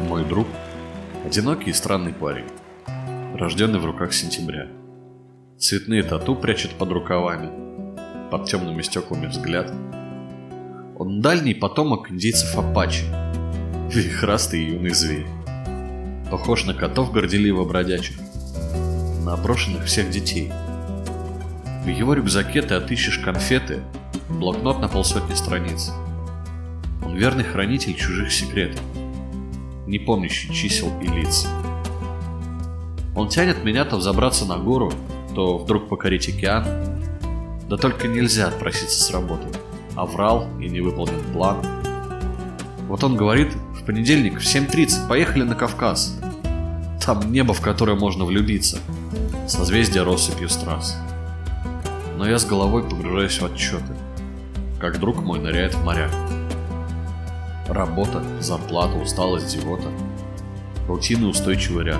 Мой друг – одинокий и странный парень, рожденный в руках сентября. Цветные тату прячет под рукавами, под темными стеклами взгляд. Он дальний потомок индейцев Апачи, вихрастый и юный зверь. Похож на котов горделиво бродячих, на опрошенных всех детей. В его рюкзаке ты отыщешь конфеты, блокнот на 150 страниц. Он верный хранитель чужих секретов, не помнящий чисел и лиц. Он тянет меня то взобраться на гору, то вдруг покорить океан. Да только нельзя отпроситься с работы. Оврал и не выполнен план. Вот он говорит: в понедельник в 7:30 поехали на Кавказ. Там небо, в которое можно влюбиться, созвездие россыпью страз. Но я с головой погружаюсь в отчеты, как друг мой ныряет в моря. Работа, зарплата, усталость, зевота, рутинный устойчивый ряд.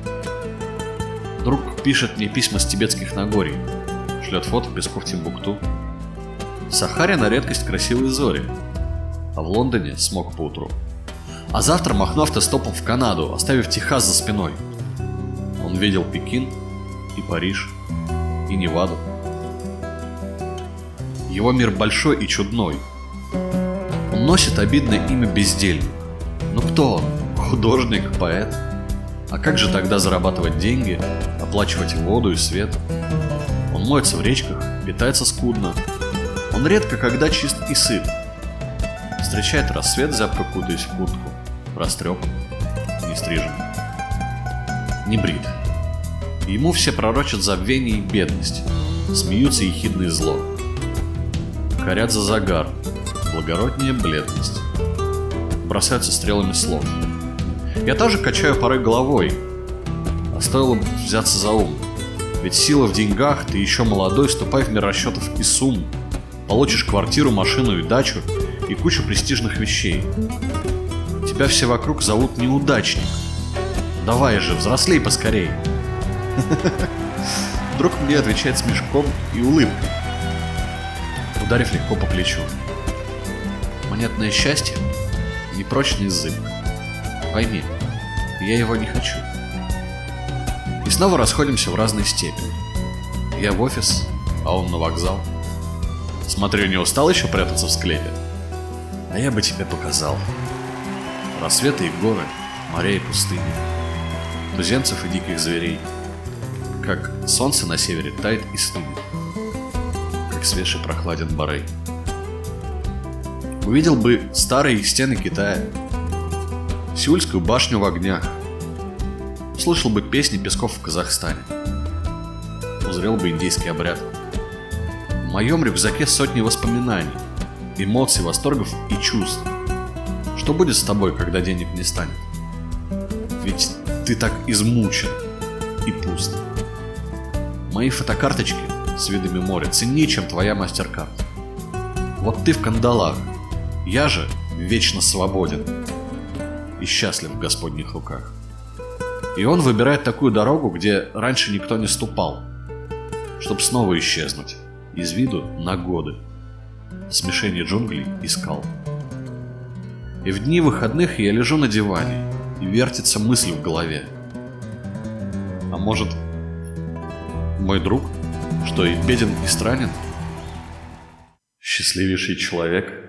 Друг пишет мне письма с тибетских Нагорий, шлет фото песков Тимбукту. В Сахаре на редкость красивые зори, а в Лондоне смог поутру. А завтра махну автостопом в Канаду, оставив Техас за спиной. Он видел Пекин и Париж, и Неваду. Его мир большой и чудной. Он носит обидное имя бездельник. Ну кто он? Художник, поэт? А как же тогда зарабатывать деньги, оплачивать воду и свет? Он моется в речках, питается скудно. Он редко когда чист и сыт. Встречает рассвет, зябко кутаясь в куртку, растрепан, не стрижен, не брит. Ему все пророчат забвение и бедность, смеются ехидно и зло. Корят за загар, благороднее бледность, бросаются стрелами слов. Я тоже качаю порой головой, а стоило бы взяться за ум. Ведь сила в деньгах, ты еще молодой, ступай в мир расчетов и сумм. Получишь квартиру, машину и дачу, и кучу престижных вещей. Тебя все вокруг зовут неудачник. Давай же, взрослей поскорей. Друг мне отвечает смешком и улыбкой, ударив легко по плечу. Монетное счастье — непрочная зыбка. Пойми, я его не хочу. И снова расходимся в разные степи. Я в офис, а он на вокзал. Смотрю, не устал еще прятаться в склепе? А я бы тебе показал. Рассветы и горы, моря и пустыни, туземцев и диких зверей. Как солнце на севере тает и стынет, как свеж и прохладен Борей. Увидел бы старые стены Китая, Сеульскую башню в огнях, слышал бы песни песков в Казахстане, узрел бы индейский обряд. В моем рюкзаке сотни воспоминаний, эмоций, восторгов и чувств. Что будет с тобой, когда денег не станет? Ведь ты так измучен и пуст. Мои фотокарточки с видами моря ценнее, чем твоя мастер-карта. Вот ты в кандалах, я же вечно свободен и счастлив в Господних руках. И он выбирает такую дорогу, где раньше никто не ступал, чтоб снова исчезнуть из виду на годы, смешение джунглей и скал. И в дни выходных я лежу на диване, и вертится мысль в голове. А может, мой друг, что и беден, и странен, счастливейший человек?